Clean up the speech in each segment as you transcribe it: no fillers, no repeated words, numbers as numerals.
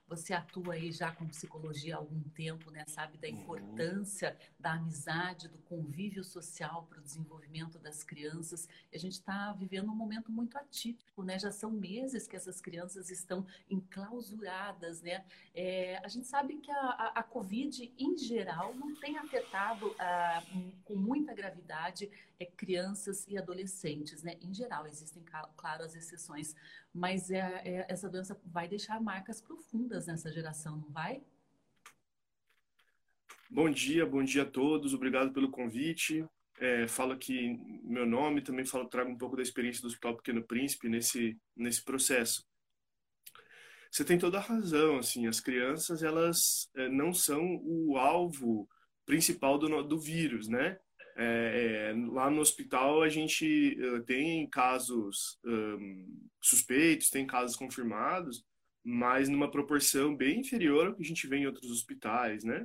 você atua aí já com psicologia há algum tempo, né? Sabe da Uhum. importância da amizade, do convívio social para o desenvolvimento das crianças. A gente está vivendo um momento muito atípico, né? Já são meses que essas crianças estão enclausuradas, né? A gente sabe que a Covid, em geral, não tem afetado com muita gravidade crianças e adolescentes, né? Em geral, existem, claro, as exceções, mas essa doença vai deixar marcas profundas nessa geração, não vai? Bom dia a todos, obrigado pelo convite. Falo aqui meu nome, também trago um pouco da experiência do Hospital Pequeno Príncipe nesse processo. Você tem toda a razão, assim, as crianças, elas não são o alvo principal do vírus, né? Lá no hospital a gente tem casos suspeitos, tem casos confirmados, mas numa proporção bem inferior ao que a gente vê em outros hospitais, né?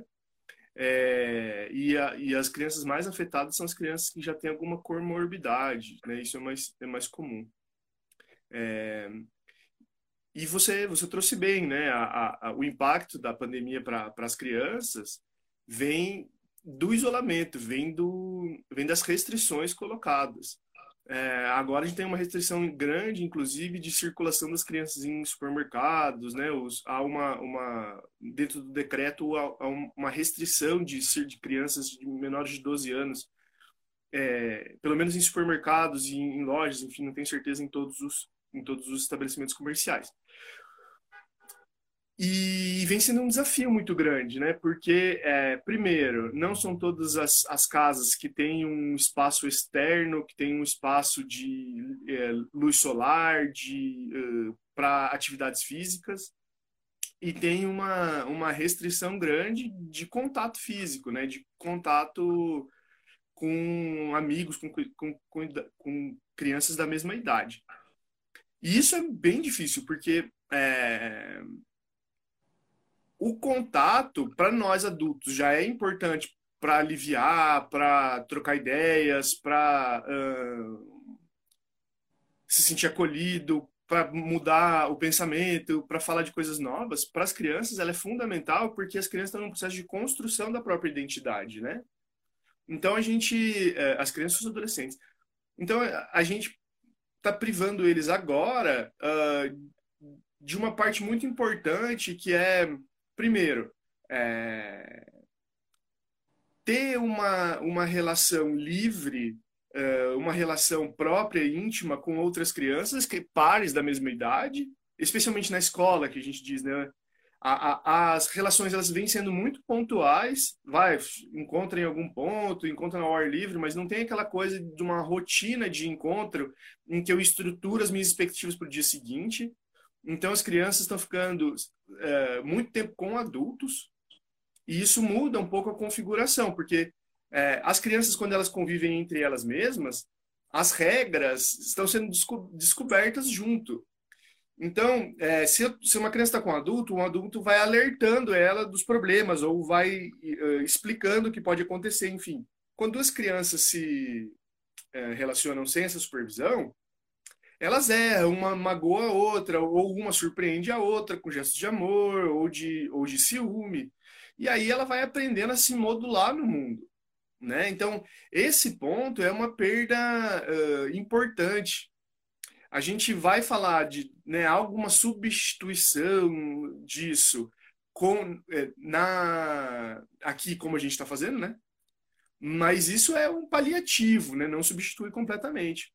E as crianças mais afetadas são as crianças que já têm alguma comorbidade, né? Isso é mais comum. E você trouxe bem, né? O impacto da pandemia para as crianças vem do isolamento, vem das restrições colocadas. Agora a gente tem uma restrição grande, inclusive, de circulação das crianças em supermercados, né? Há dentro do decreto, há uma restrição de crianças de menores de 12 anos, pelo menos em supermercados e em lojas, enfim, não tenho certeza em todos os estabelecimentos comerciais. E vem sendo um desafio muito grande, né? Porque, primeiro, não são todas as casas que têm um espaço externo, que tem um espaço de luz solar, para atividades físicas, e tem uma restrição grande de contato físico, né? De contato com amigos, com crianças da mesma idade. E isso é bem difícil, porque o contato, para nós adultos, já é importante para aliviar, para trocar ideias, para se sentir acolhido, para mudar o pensamento, para falar de coisas novas. Para as crianças, ela é fundamental porque as crianças estão num processo de construção da própria identidade, né? Então as crianças e os adolescentes. Então a gente está privando eles agora de uma parte muito importante que é, primeiro, é, ter uma relação livre, uma relação própria e íntima com outras crianças, que pares da mesma idade, especialmente na escola, que a gente diz, né? As relações elas vêm sendo muito pontuais, encontra em algum ponto, encontra ao ar livre, mas não tem aquela coisa de uma rotina de encontro em que eu estruturo as minhas expectativas para o dia seguinte. Então as crianças estão ficando muito tempo com adultos, e isso muda um pouco a configuração, porque as crianças, quando elas convivem entre elas mesmas, as regras estão sendo descobertas junto. Então, se uma criança está com um adulto vai alertando ela dos problemas ou vai explicando o que pode acontecer, enfim. Quando duas crianças se relacionam sem essa supervisão, elas erram, uma magoa a outra, ou uma surpreende a outra com gestos de amor ou de ciúme. E aí ela vai aprendendo a se modular no mundo, né? Então, esse ponto é uma perda importante. A gente vai falar de, né, alguma substituição disso aqui como a gente está fazendo, né? Mas isso é um paliativo, né? Não substitui completamente.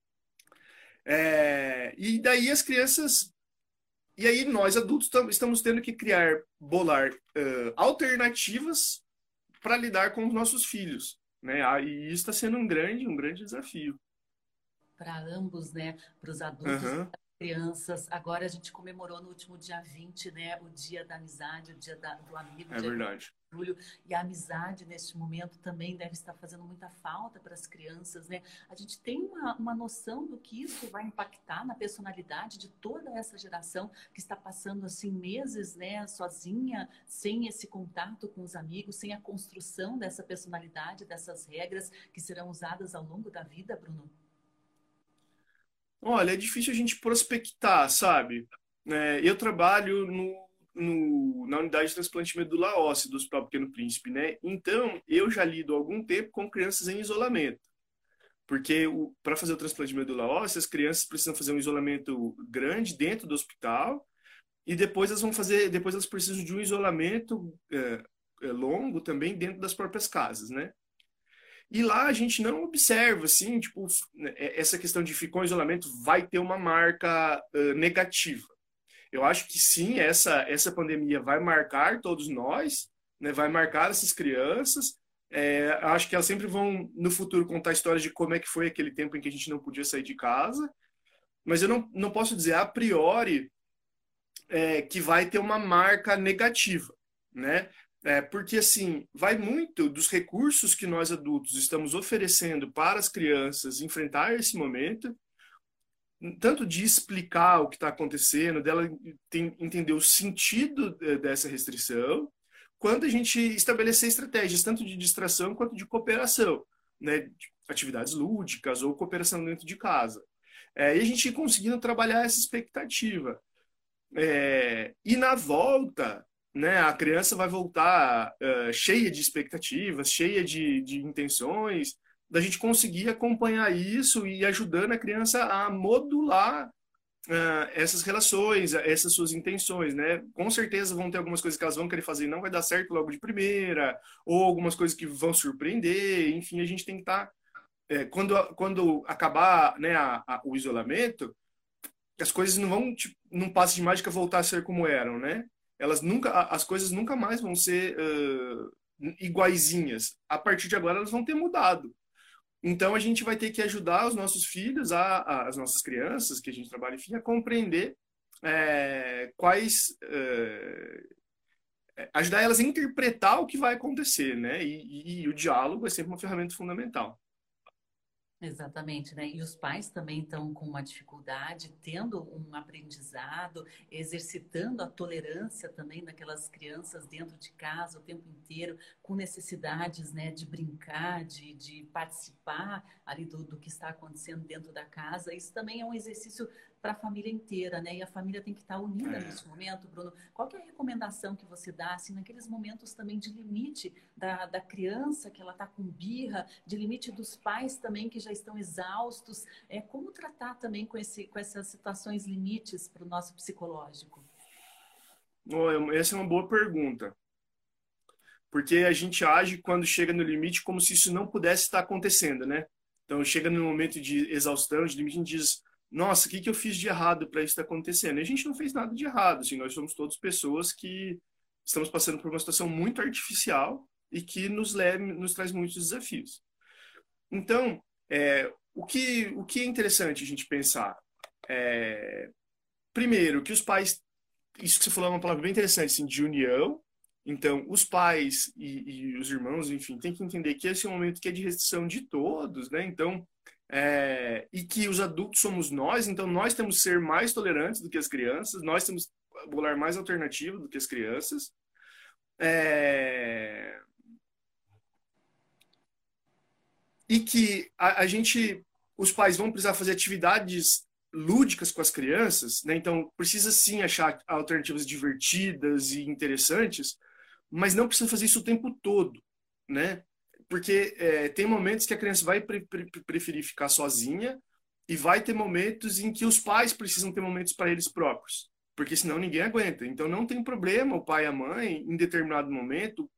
E daí as crianças. E aí nós adultos estamos tendo que bolar alternativas para lidar com os nossos filhos, né? E isso está sendo um grande desafio. Para ambos, né? Para os adultos e Uhum, para as crianças. Agora a gente comemorou no último dia 20, né? O dia da amizade, o dia do amigo, o é dia verdade. de julho. E a amizade neste momento também deve estar fazendo muita falta para as crianças, né? A gente tem uma noção do que isso vai impactar na personalidade de toda essa geração que está passando assim meses, né, sozinha, sem esse contato com os amigos, sem a construção dessa personalidade, dessas regras que serão usadas ao longo da vida, Bruno. Olha, é difícil a gente prospectar, sabe? Eu trabalho na unidade de transplante de medula óssea do Hospital Pequeno Príncipe, né? Então, eu já lido há algum tempo com crianças em isolamento. Porque para fazer o transplante de medula óssea, as crianças precisam fazer um isolamento grande dentro do hospital e depois depois elas precisam de um isolamento longo também dentro das próprias casas, né? E lá a gente não observa, assim, tipo, essa questão de ficar em isolamento vai ter uma marca negativa. Eu acho que sim, essa pandemia vai marcar todos nós, né? Vai marcar essas crianças. Acho que elas sempre vão, no futuro, contar histórias de como é que foi aquele tempo em que a gente não podia sair de casa. Mas eu não posso dizer a priori que vai ter uma marca negativa, né? Porque, assim, vai muito dos recursos que nós adultos estamos oferecendo para as crianças enfrentar esse momento, tanto de explicar o que está acontecendo, dela entender o sentido dessa restrição, quanto a gente estabelecer estratégias, tanto de distração quanto de cooperação, né? De atividades lúdicas ou cooperação dentro de casa. E a gente ir conseguindo trabalhar essa expectativa. E na volta, né, a criança vai voltar cheia de expectativas, cheia de intenções, da gente conseguir acompanhar isso e ajudando a criança a modular essas relações, essas suas intenções, né? Com certeza vão ter algumas coisas que elas vão querer fazer e não vai dar certo logo de primeira, ou algumas coisas que vão surpreender, enfim, a gente tem que estar... quando acabar, né, o isolamento, as coisas não vão, tipo, num passe de mágica, voltar a ser como eram, né? As coisas nunca mais vão ser iguaizinhas. A partir de agora, elas vão ter mudado. Então, a gente vai ter que ajudar os nossos filhos, as nossas crianças, que a gente trabalha, enfim, a compreender ajudar elas a interpretar o que vai acontecer, né? E o diálogo é sempre uma ferramenta fundamental. Exatamente, né? E os pais também estão com uma dificuldade, tendo um aprendizado, exercitando a tolerância também daquelas crianças dentro de casa o tempo inteiro, com necessidades, né, de brincar, de participar ali do que está acontecendo dentro da casa. Isso também é um exercício para a família inteira, né? E a família tem que estar unida nesse momento, Bruno. Qual que é a recomendação que você dá, assim, naqueles momentos também de limite da criança, que ela está com birra, de limite dos pais também que já estão exaustos? Como tratar também com essas situações limites para o nosso psicológico? Essa é uma boa pergunta. Porque a gente age quando chega no limite como se isso não pudesse estar acontecendo, né? Então, chega no momento de exaustão, de limite, a gente diz: nossa, o que eu fiz de errado para isso estar acontecendo? E a gente não fez nada de errado, assim, nós somos todas pessoas que estamos passando por uma situação muito artificial e que nos traz muitos desafios. Então, o que é interessante a gente pensar? Primeiro, que os pais, isso que você falou é uma palavra bem interessante, assim, de união. Então, os pais e os irmãos, enfim, tem que entender que esse é um momento que é de restrição de todos, né? Então, e que os adultos somos nós, então nós temos que ser mais tolerantes do que as crianças, nós temos que bolar mais alternativa do que as crianças. E que os pais vão precisar fazer atividades lúdicas com as crianças, né? Então precisa sim achar alternativas divertidas e interessantes, mas não precisa fazer isso o tempo todo, né? Porque tem momentos que a criança vai preferir ficar sozinha e vai ter momentos em que os pais precisam ter momentos para eles próprios, porque senão ninguém aguenta. Então não tem problema o pai e a mãe, em determinado momento,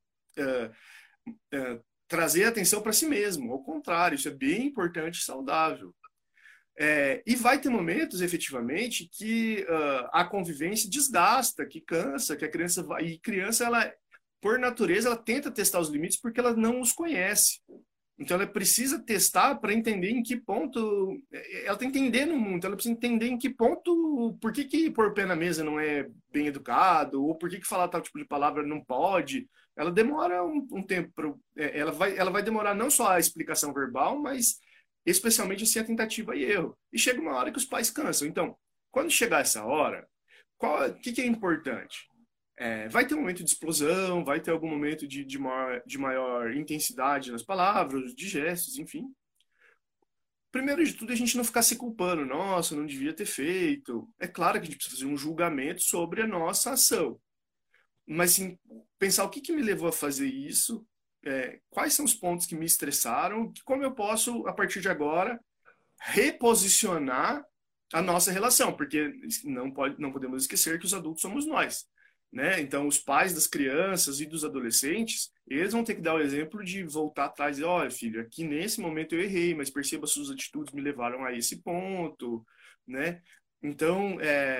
trazer atenção para si mesmo. Ao contrário, isso é bem importante e saudável. E vai ter momentos, efetivamente, que a convivência desgasta, que cansa, que a criança vai... E criança, ela, por natureza, ela tenta testar os limites porque ela não os conhece. Então, ela precisa testar para entender em que ponto... Ela tem que entender no mundo, ela precisa entender em que ponto... Por que pôr pé na mesa não é bem educado, ou por que falar tal tipo de palavra não pode. Ela demora um tempo. Ela vai demorar não só a explicação verbal, mas especialmente assim, a tentativa e erro. E chega uma hora que os pais cansam. Então, quando chegar essa hora, o que é importante? Vai ter um momento de explosão, vai ter algum momento de maior intensidade nas palavras, de gestos, enfim. primeiro de tudo, a gente não ficar se culpando. Nossa, não devia ter feito. É claro que a gente precisa fazer um julgamento sobre a nossa ação. Mas sim, pensar o que me levou a fazer isso, quais são os pontos que me estressaram, como eu posso, a partir de agora, reposicionar a nossa relação, porque não podemos esquecer que os adultos somos nós, né? Então, os pais das crianças e dos adolescentes, eles vão ter que dar o exemplo de voltar atrás e, olha, filho, aqui nesse momento eu errei, mas perceba suas atitudes me levaram a esse ponto, né? Então,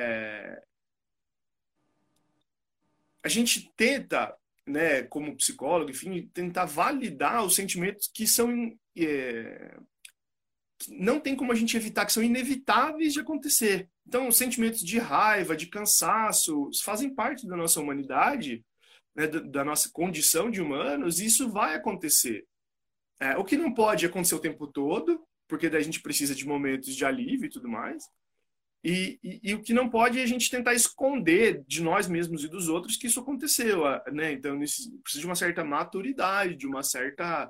a gente tenta, né, como psicólogo, enfim, tentar validar os sentimentos que são não tem como a gente evitar, que são inevitáveis de acontecer. Então, os sentimentos de raiva, de cansaço, fazem parte da nossa humanidade, né, da nossa condição de humanos, e isso vai acontecer. O que não pode acontecer o tempo todo, porque daí a gente precisa de momentos de alívio e tudo mais. E o que não pode é a gente tentar esconder de nós mesmos e dos outros que isso aconteceu, né? Então, precisa de uma certa maturidade, de uma certa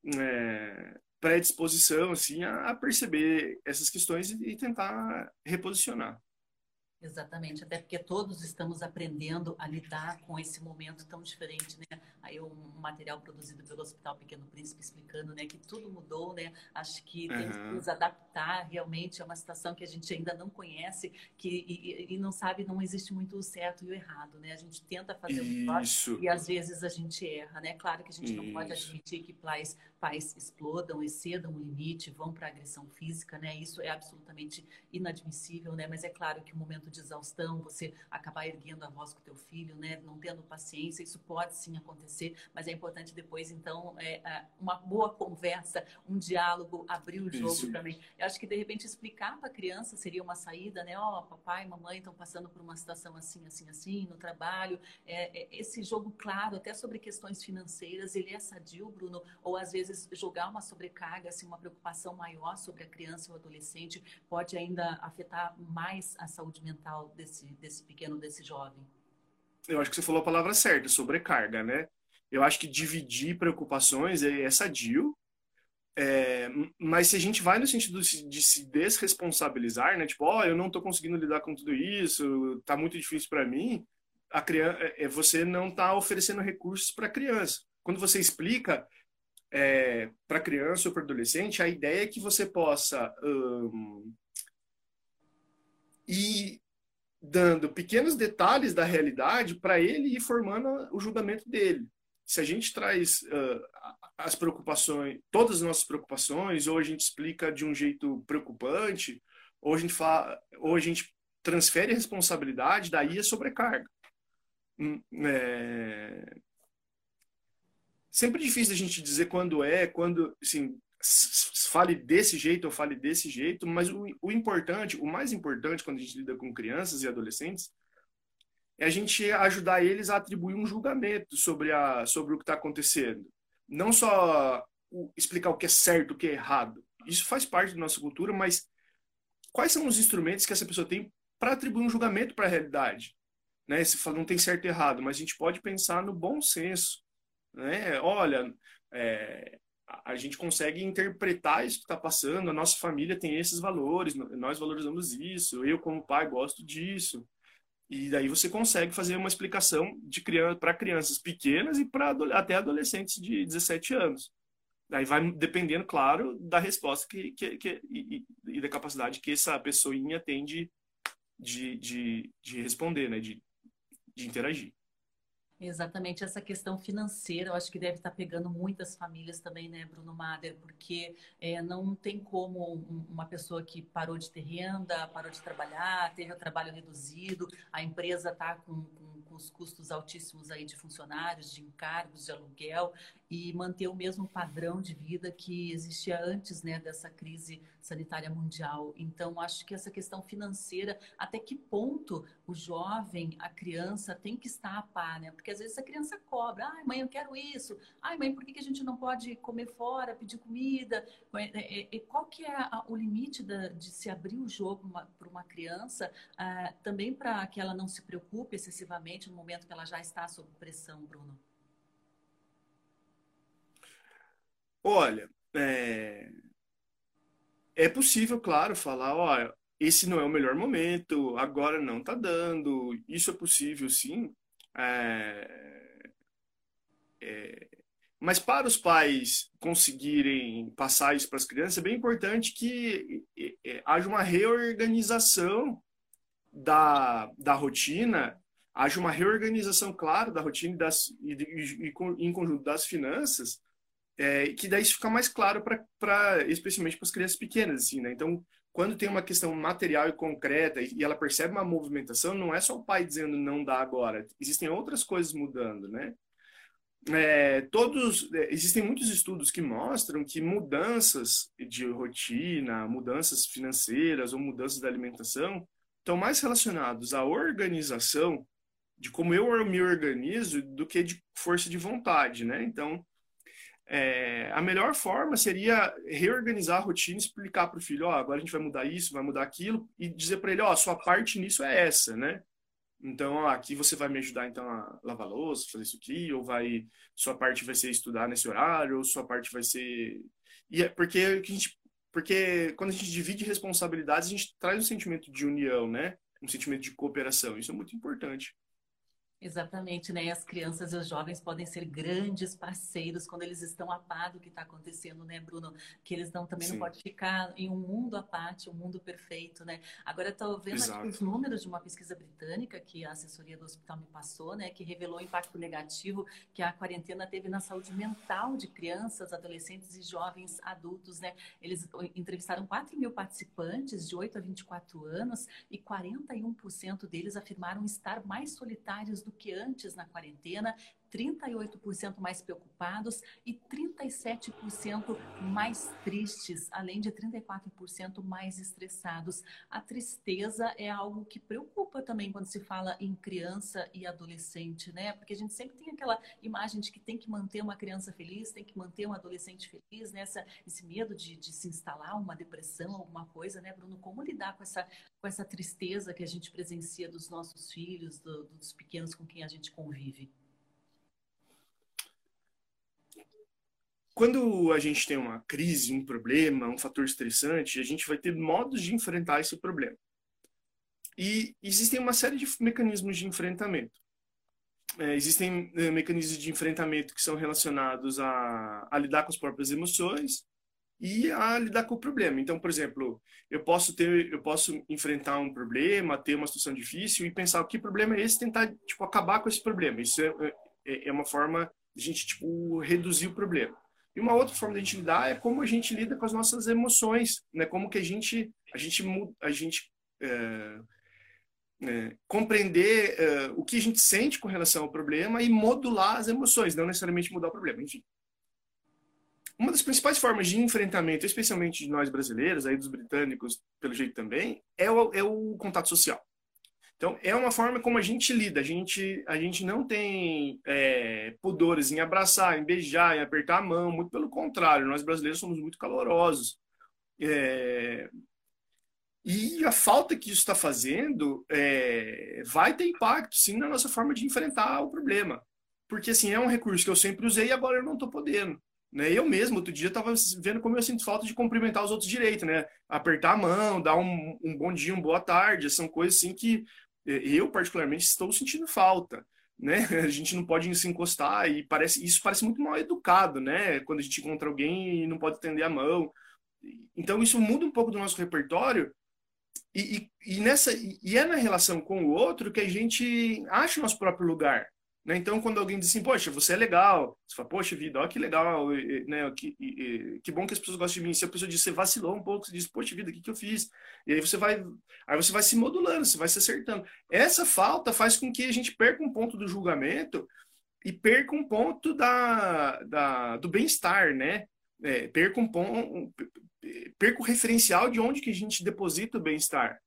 predisposição, assim, a perceber essas questões e tentar reposicionar. Exatamente, até porque todos estamos aprendendo a lidar com esse momento tão diferente, né? Aí um material produzido pelo Hospital Pequeno Príncipe explicando, né, que tudo mudou, né? Acho que temos que Uhum. nos adaptar realmente a uma situação que a gente ainda não conhece, e não sabe, não existe muito o certo e o errado, né? A gente tenta fazer o melhor Isso, e às vezes a gente erra, né? Claro que a gente não pode isso. admitir que pais explodam, excedam o limite, vão para agressão física, né? Isso é absolutamente inadmissível, né? Mas é claro que o momento de exaustão, você acabar erguendo a voz com o teu filho, né? Não tendo paciência, isso pode sim acontecer, mas é importante depois, então, uma boa conversa, um diálogo, abrir o jogo Isso. também. Eu acho que, de repente, explicar para a criança seria uma saída, né? Ó, papai, mamãe estão passando por uma situação assim, assim, assim, no trabalho. Esse jogo claro, até sobre questões financeiras, ele é sadio, Bruno? Ou, às vezes, jogar uma sobrecarga, assim, uma preocupação maior sobre a criança ou adolescente pode ainda afetar mais a saúde mental desse pequeno, desse jovem? Eu acho que você falou a palavra certa, sobrecarga, né? Eu acho que dividir preocupações é sadio, mas se a gente vai no sentido de se desresponsabilizar, né? Tipo, ó, eu não tô conseguindo lidar com tudo isso, tá muito difícil para mim, a criança, você não tá oferecendo recursos para a criança. Quando você explica para criança ou para adolescente, a ideia é que você possa ir dando pequenos detalhes da realidade para ele ir formando o julgamento dele. Se a gente traz as preocupações, todas as nossas preocupações, ou a gente explica de um jeito preocupante, ou a gente transfere a responsabilidade, daí a sobrecarga. Sempre difícil a gente dizer quando, assim, fale desse jeito ou fale desse jeito, mas o importante, o mais importante quando a gente lida com crianças e adolescentes, é a gente ajudar eles a atribuir um julgamento sobre o que está acontecendo. Não só explicar o que é certo, o que é errado. Isso faz parte da nossa cultura, mas quais são os instrumentos que essa pessoa tem para atribuir um julgamento para a realidade? Né? Se fala, não tem certo e errado, mas a gente pode pensar no bom senso. Né? Olha, a gente consegue interpretar isso que está passando, a nossa família tem esses valores, nós valorizamos isso, eu como pai gosto disso. E daí você consegue fazer uma explicação de criança para crianças pequenas e para até adolescentes de 17 anos. Daí vai dependendo, claro, da resposta e da capacidade que essa pessoinha tem de responder, né? De interagir. Exatamente, essa questão financeira, eu acho que deve estar pegando muitas famílias também, né, Bruno Mader, porque não tem como uma pessoa que parou de ter renda, parou de trabalhar, teve o trabalho reduzido, a empresa está com os custos altíssimos aí de funcionários, de encargos, de aluguel, e manter o mesmo padrão de vida que existia antes, né, dessa crise sanitária mundial. Então, acho que essa questão financeira, até que ponto o jovem, a criança tem que estar a par, né? Porque às vezes a criança cobra, ai mãe, eu quero isso, ai mãe, por que a gente não pode comer fora, pedir comida? Qual que é o limite de se abrir o jogo para uma criança, também para que ela não se preocupe excessivamente no momento que ela já está sob pressão, Bruno? Olha, é possível, claro, falar, ó, esse não é o melhor momento, agora não tá dando, isso é possível, sim. É, mas para os pais conseguirem passar isso para as crianças, é bem importante que haja uma reorganização da rotina, haja uma reorganização, claro, da rotina em conjunto das finanças, que daí isso fica mais claro especialmente para as crianças pequenas, assim, né? Então, quando tem uma questão material e concreta e ela percebe uma movimentação, não é só o pai dizendo não dá agora, existem outras coisas mudando, né? Existem muitos estudos que mostram que mudanças de rotina, mudanças financeiras ou mudanças da alimentação estão mais relacionados à organização de como eu me organizo do que de força de vontade, né? Então, a melhor forma seria reorganizar a rotina, explicar para o filho, ó, agora a gente vai mudar isso, vai mudar aquilo, e dizer para ele, ó, sua parte nisso é essa, né? Então, ó, aqui você vai me ajudar então a lavar a louça, fazer isso aqui, ou sua parte vai ser estudar nesse horário, ou sua parte vai ser e é porque quando a gente divide responsabilidades, a gente traz um sentimento de união, né? Um sentimento de cooperação. Isso é muito importante. Exatamente, né? E as crianças e os jovens podem ser grandes parceiros quando eles estão a par do que está acontecendo, né, Bruno? Que eles não, também não Sim, podem ficar em um mundo à parte, um mundo perfeito, né? Agora, estou vendo aqui os exato. números de uma pesquisa britânica que a assessoria do hospital me passou, né? Que revelou o impacto negativo que a quarentena teve na saúde mental de crianças, adolescentes e jovens adultos, né? Eles entrevistaram 4 mil participantes de 8 a 24 anos e 41% deles afirmaram estar mais solitários do que antes na quarentena, 38% mais preocupados e 37% mais tristes, além de 34% mais estressados. A tristeza é algo que preocupa também quando se fala em criança e adolescente, né? Porque a gente sempre tem aquela imagem de que tem que manter uma criança feliz, tem que manter um adolescente feliz, né? Esse medo de se instalar uma depressão, alguma coisa, né, Bruno? Como lidar com essa tristeza que a gente presencia dos nossos filhos, dos pequenos com quem a gente convive? Quando a gente tem uma crise, um problema, um fator estressante, a gente vai ter modos de enfrentar esse problema. E existem uma série de mecanismos de enfrentamento. Existem mecanismos de enfrentamento que são relacionados a lidar com as próprias emoções e a lidar com o problema. Então, por exemplo, eu posso enfrentar um problema, ter uma situação difícil e pensar o que problema é esse, tentar tipo acabar com esse problema. Isso é uma forma de a gente tipo reduzir o problema. E uma outra forma de a gente lidar é como a gente lida com as nossas emoções, né? Como que a gente é, compreender o que a gente sente com relação ao problema e modular as emoções, não necessariamente mudar o problema. Enfim, uma das principais formas de enfrentamento, especialmente de nós brasileiros, aí dos britânicos, pelo jeito também, é o contato social. Então, é uma forma como a gente lida. A gente não tem pudores em abraçar, em beijar, em apertar a mão. Muito pelo contrário, nós brasileiros somos muito calorosos. É, e a falta que isso está fazendo vai ter impacto, sim, na nossa forma de enfrentar o problema. Porque, assim, é um recurso que eu sempre usei e agora eu não estou podendo. Né? Eu mesmo, outro dia, estava vendo como eu sinto falta de cumprimentar os outros direito, né? Apertar a mão, dar um bom dia, uma boa tarde. São coisas, assim, que eu, particularmente, estou sentindo falta. Né? A gente não pode se encostar e isso parece muito mal educado, né? Quando a gente encontra alguém e não pode estender a mão. Então, isso muda um pouco do nosso repertório e é na relação com o outro que a gente acha o nosso próprio lugar. Né? Então, quando alguém diz assim, poxa, você é legal, você fala, poxa vida, olha que legal, né? Que bom que as pessoas gostam de mim. Se a pessoa diz, você vacilou um pouco, você diz, poxa vida, o que eu fiz? E aí você vai se modulando, você vai se acertando. Essa falta faz com que a gente perca um ponto do julgamento e perca um ponto do bem-estar, né? Perca um ponto, perca o referencial de onde que a gente deposita o bem-estar.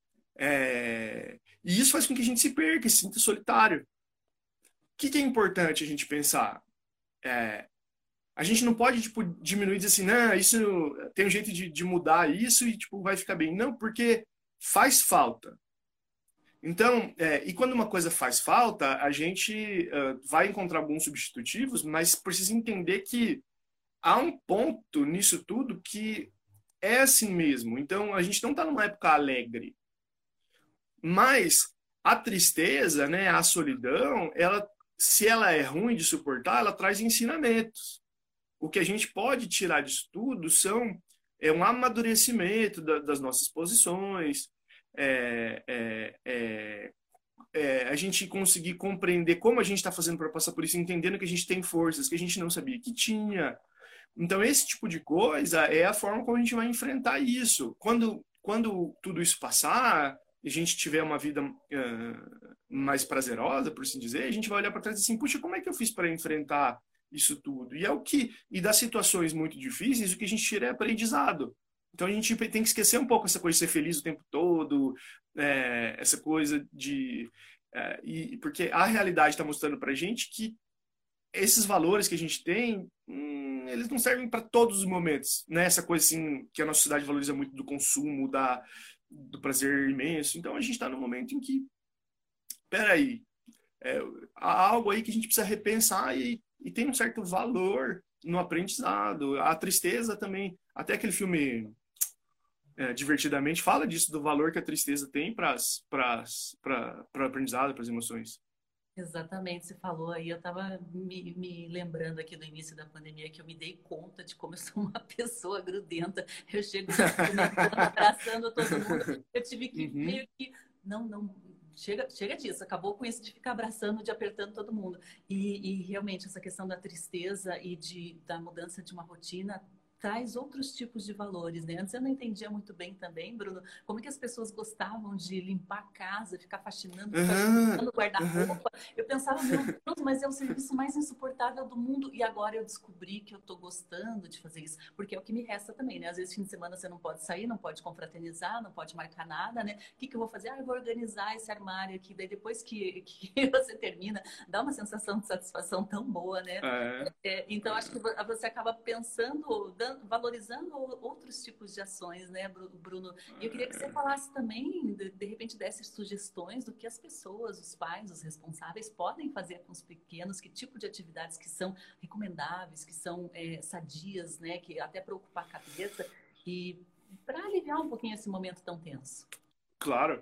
E isso faz com que a gente se perca, se sinta solitário. O que é importante a gente pensar? A gente não pode tipo, diminuir e dizer assim, não, isso tem um jeito de mudar isso e tipo, vai ficar bem. Não, porque faz falta. Então, e quando uma coisa faz falta, a gente vai encontrar alguns substitutivos, mas precisa entender que há um ponto nisso tudo que é assim mesmo. Então, a gente não está numa época alegre. Mas a tristeza, né, a solidão, ela, se ela é ruim de suportar, ela traz ensinamentos. O que a gente pode tirar disso tudo um amadurecimento das nossas posições, é, é, é, a gente conseguir compreender como a gente está fazendo para passar por isso, entendendo que a gente tem forças que a gente não sabia que tinha. Então, esse tipo de coisa é a forma como a gente vai enfrentar isso. Quando tudo isso passar, e a gente tiver uma vida mais prazerosa, por assim dizer, a gente vai olhar para trás e assim, puxa, como é que eu fiz para enfrentar isso tudo? E das situações muito difíceis, o que a gente tira é aprendizado. Então a gente tem que esquecer um pouco essa coisa de ser feliz o tempo todo, essa coisa de porque a realidade está mostrando para a gente que esses valores que a gente tem, eles não servem para todos os momentos, né? Essa coisa assim que a nossa sociedade valoriza muito do consumo, do prazer imenso. Então a gente está num momento em que, peraí, há algo aí que a gente precisa repensar e tem um certo valor no aprendizado. A tristeza também, até aquele filme Divertidamente fala disso, do valor que a tristeza tem para o aprendizado, para as emoções. Exatamente, você falou aí, eu estava me lembrando aqui do início da pandemia que eu me dei conta de como eu sou uma pessoa grudenta. Eu chego já cumprimentando, abraçando todo mundo. Eu tive que meio que. Não, chega disso, acabou com isso de ficar abraçando, de apertando todo mundo. E realmente essa questão da tristeza e da mudança de uma rotina traz outros tipos de valores, né? Antes eu não entendia muito bem também, Bruno, como que as pessoas gostavam de limpar a casa, ficar faxinando, faxinando guarda-roupa. Eu pensava, meu Deus, mas é o serviço mais insuportável do mundo. E agora eu descobri que eu tô gostando de fazer isso, porque é o que me resta também, né? Às vezes, fim de semana você não pode sair, não pode confraternizar, não pode marcar nada, né? O que eu vou fazer? Eu vou organizar esse armário aqui. Daí depois que você termina, dá uma sensação de satisfação tão boa, né? Então, acho que você acaba pensando, valorizando outros tipos de ações, né, Bruno? E eu queria que você falasse também, de repente, dessas sugestões do que as pessoas, os pais, os responsáveis podem fazer com os pequenos, que tipo de atividades que são recomendáveis, que são sadias, né, que até para ocupar a cabeça e para aliviar um pouquinho esse momento tão tenso. Claro.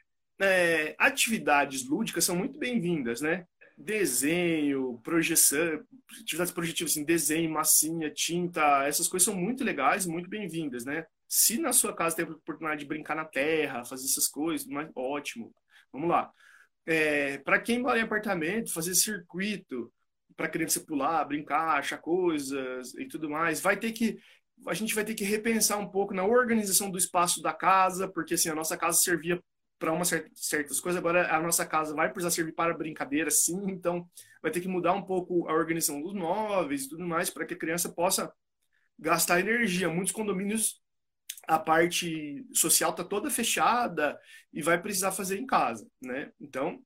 Atividades lúdicas são muito bem-vindas, né? Desenho, projeção, atividades projetivas, assim, desenho, massinha, tinta, essas coisas são muito legais, muito bem-vindas, né? Se na sua casa tem a oportunidade de brincar na terra, fazer essas coisas, mas ótimo. Vamos lá. Para quem mora em apartamento, fazer circuito para criança pular, brincar, achar coisas e tudo mais, a gente vai ter que repensar um pouco na organização do espaço da casa, porque assim a nossa casa servia para certas coisas, agora a nossa casa vai precisar servir para brincadeira, sim, então vai ter que mudar um pouco a organização dos móveis e tudo mais para que a criança possa gastar energia. Muitos condomínios, a parte social está toda fechada e vai precisar fazer em casa, né? Então,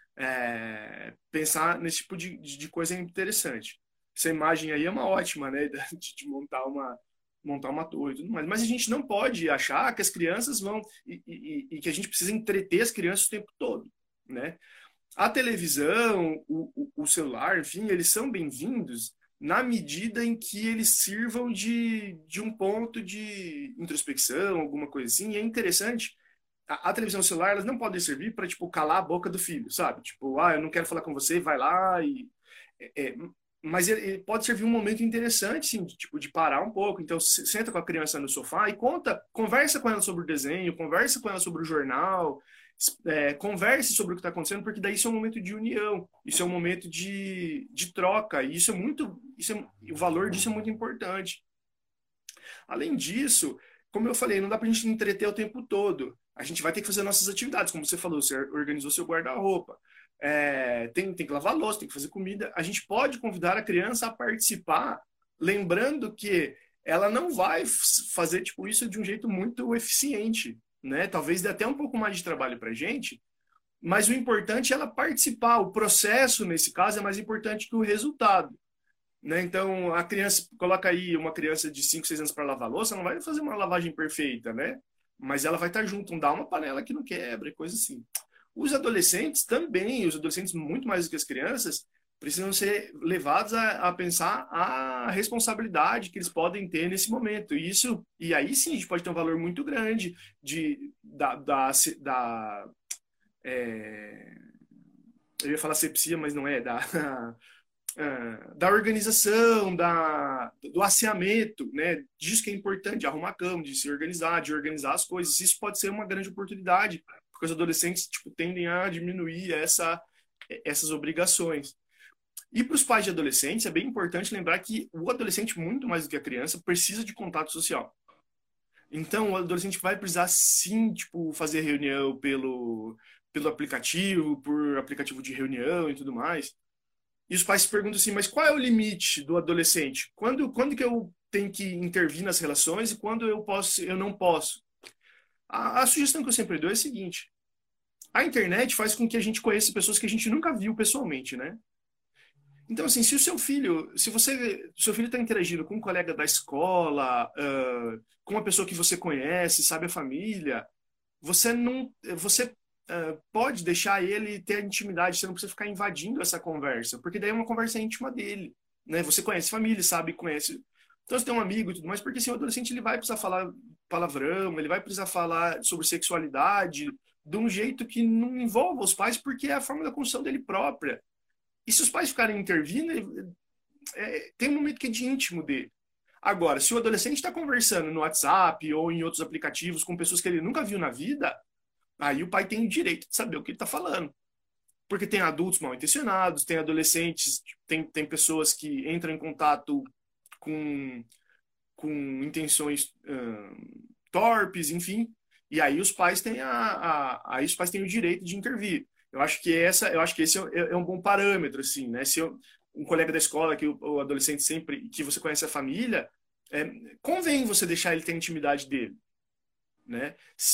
pensar nesse tipo de coisa é interessante. Essa imagem aí é uma ótima, né? De montar uma torre e tudo mais. Mas a gente não pode achar que as crianças vão e que a gente precisa entreter as crianças o tempo todo, né? A televisão, o celular, enfim, eles são bem-vindos na medida em que eles sirvam de um ponto de introspecção, alguma coisa assim. E é interessante, a televisão celular, elas não podem servir para, tipo, calar a boca do filho, sabe? Tipo, eu não quero falar com você, vai lá e... mas ele pode servir um momento interessante, sim, de parar um pouco. Então, senta com a criança no sofá e conversa com ela sobre o desenho, conversa com ela sobre o jornal, converse sobre o que está acontecendo, porque daí isso é um momento de união, isso é um momento de troca, e o valor disso é muito importante. Além disso, como eu falei, não dá para a gente entreter o tempo todo. A gente vai ter que fazer nossas atividades, como você falou, você organizou seu guarda-roupa. Tem que lavar louça, tem que fazer comida. A gente pode convidar a criança a participar, lembrando que ela não vai fazer tipo isso de um jeito muito eficiente, né? Talvez dê até um pouco mais de trabalho para a gente, mas o importante é ela participar. O processo, nesse caso, é mais importante que o resultado, né? Então, a criança, coloca aí uma criança de 5, 6 anos para lavar louça, não vai fazer uma lavagem perfeita, né? Mas ela vai estar junto, não dá uma panela que não quebra, coisa assim. Os adolescentes também, os adolescentes muito mais do que as crianças, precisam ser levados a pensar a responsabilidade que eles podem ter nesse momento. E aí sim a gente pode ter um valor muito grande da é, eu ia falar sepsia, mas não é, da organização, do asseamento, né? Disso que é importante, de arrumar a cama, de se organizar, de organizar as coisas. Isso pode ser uma grande oportunidade, porque os adolescentes tipo, tendem a diminuir essas obrigações. E para os pais de adolescentes, é bem importante lembrar que o adolescente, muito mais do que a criança, precisa de contato social. Então, o adolescente vai precisar, sim, tipo, fazer reunião pelo aplicativo, por aplicativo de reunião e tudo mais. E os pais se perguntam assim, mas qual é o limite do adolescente? Quando que eu tenho que intervir nas relações e quando eu não posso? A sugestão que eu sempre dou é a seguinte: a internet faz com que a gente conheça pessoas que a gente nunca viu pessoalmente, né? Então, assim, se o seu filho está interagindo com um colega da escola, com uma pessoa que você conhece, sabe a família, você não, você pode deixar ele ter a intimidade, você não precisa ficar invadindo essa conversa, porque daí é uma conversa íntima dele, né? Você conhece família, sabe, conhece. Então, você tem um amigo e tudo mais, porque assim, o adolescente ele vai precisar falar palavrão, ele vai precisar falar sobre sexualidade de um jeito que não envolva os pais, porque é a forma da construção dele própria. E se os pais ficarem intervindo, tem um momento que é de íntimo dele. Agora, se o adolescente está conversando no WhatsApp ou em outros aplicativos com pessoas que ele nunca viu na vida, aí o pai tem o direito de saber o que ele está falando. Porque tem adultos mal intencionados, tem adolescentes, tem pessoas que entram em contato com, com intenções torpes, enfim. E aí os pais têm aí os pais têm o direito de intervir. Eu acho que esse é um bom parâmetro, assim, né? Se um colega da escola que o adolescente sempre que você conhece a família, convém você deixar ele ter a intimidade dele, né?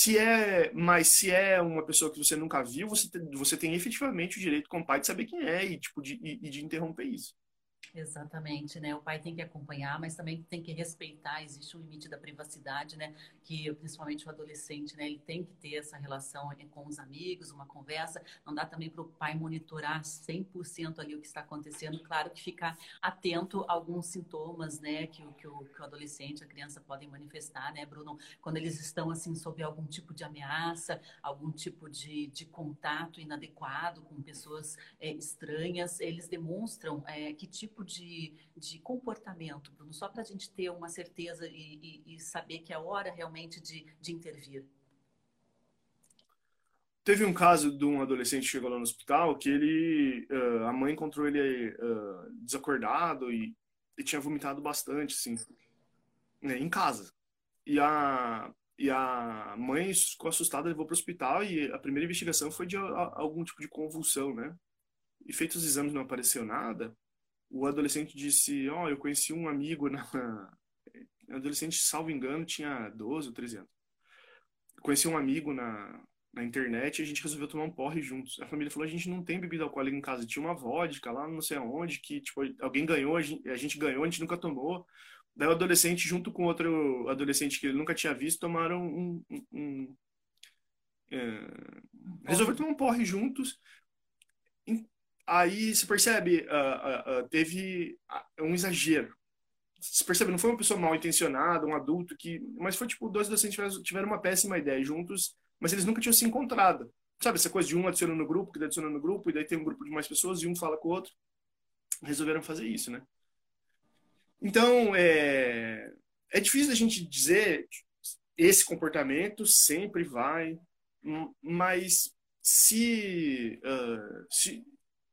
Se é uma pessoa que você nunca viu, você tem efetivamente o direito como pai de saber quem é e tipo de interromper isso. Exatamente, né? O pai tem que acompanhar, mas também tem que respeitar. Existe um limite da privacidade, né? Que principalmente o adolescente, né? Ele tem que ter essa relação com os amigos, uma conversa. Não dá também para o pai monitorar 100% ali o que está acontecendo. Claro que ficar atento a alguns sintomas, né? Que o adolescente, a criança podem manifestar, né, Bruno? Quando eles estão assim sob algum tipo de ameaça, algum tipo de contato inadequado com pessoas estranhas, eles demonstram que tipo de comportamento, Bruno, só para a gente ter uma certeza e saber que é hora realmente de intervir. Teve um caso de um adolescente que chegou lá no hospital que a mãe encontrou ele desacordado e tinha vomitado bastante, assim, né, em casa. E a mãe ficou assustada, levou para o hospital e a primeira investigação foi de algum tipo de convulsão, né? E feitos os exames não apareceu nada. O adolescente disse, eu conheci um amigo O adolescente, salvo engano, tinha 12 ou 13 anos. Conheci um amigo na internet e a gente resolveu tomar um porre juntos. A família falou, a gente não tem bebida alcoólica em casa. Tinha uma vodka lá, não sei aonde, que tipo, alguém ganhou, a gente ganhou, a gente nunca tomou. Daí o adolescente, junto com outro adolescente que ele nunca tinha visto, tomaram resolveram tomar um porre juntos. Aí você percebe, teve um exagero. Você percebe, não foi uma pessoa mal intencionada, um adulto mas foi tipo dois adolescentes tiveram uma péssima ideia juntos, mas eles nunca tinham se encontrado. Sabe, essa coisa de um adiciona no grupo, que adiciona no grupo, e daí tem um grupo de mais pessoas e um fala com o outro. Resolveram fazer isso, né? Então, é difícil a gente dizer esse comportamento sempre vai, mas se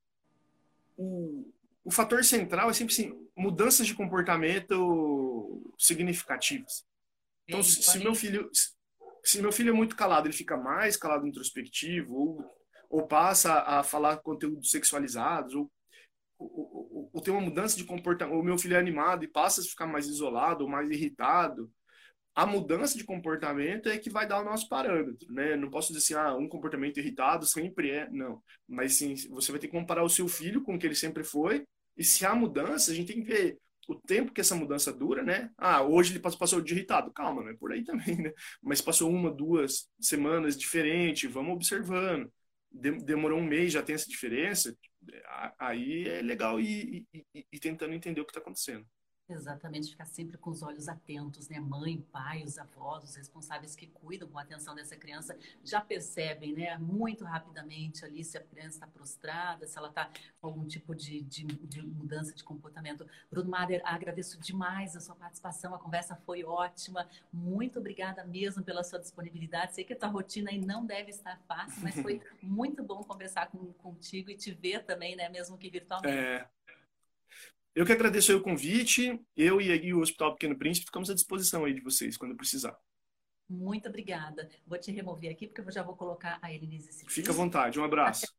o fator central é sempre assim, mudanças de comportamento significativas. É Então, isso se meu aí. filho, se meu filho é muito calado, ele fica mais calado introspectivo, ou passa a falar conteúdos sexualizados, ou tem uma mudança de comportamento, ou meu filho é animado e passa a ficar mais isolado, ou mais irritado, a mudança de comportamento é que vai dar o nosso parâmetro, né? Não posso dizer assim, um comportamento irritado sempre não. Mas sim, você vai ter que comparar o seu filho com o que ele sempre foi, e se há mudança, a gente tem que ver o tempo que essa mudança dura, né? Hoje ele passou de irritado. Calma, não é por aí também, né? Mas passou 1, 2 semanas diferente, vamos observando. demorou um mês, já tem essa diferença, aí é legal ir tentando entender o que está acontecendo. Exatamente, ficar sempre com os olhos atentos, né? Mãe, pai, os avós, os responsáveis que cuidam com a atenção dessa criança já percebem, né? Muito rapidamente ali se a criança está prostrada, se ela está com algum tipo de mudança de comportamento. Bruno Mader, agradeço demais a sua participação, a conversa foi ótima. Muito obrigada mesmo pela sua disponibilidade. Sei que a tua rotina aí não deve estar fácil, mas foi muito bom conversar contigo e te ver também, né? Mesmo que virtualmente. Eu que agradeço aí o convite. Eu e o Hospital Pequeno Príncipe ficamos à disposição aí de vocês quando precisar. Muito obrigada. Vou te remover aqui porque eu já vou colocar a Elenise Fica à Cidinha. vontade. Um abraço.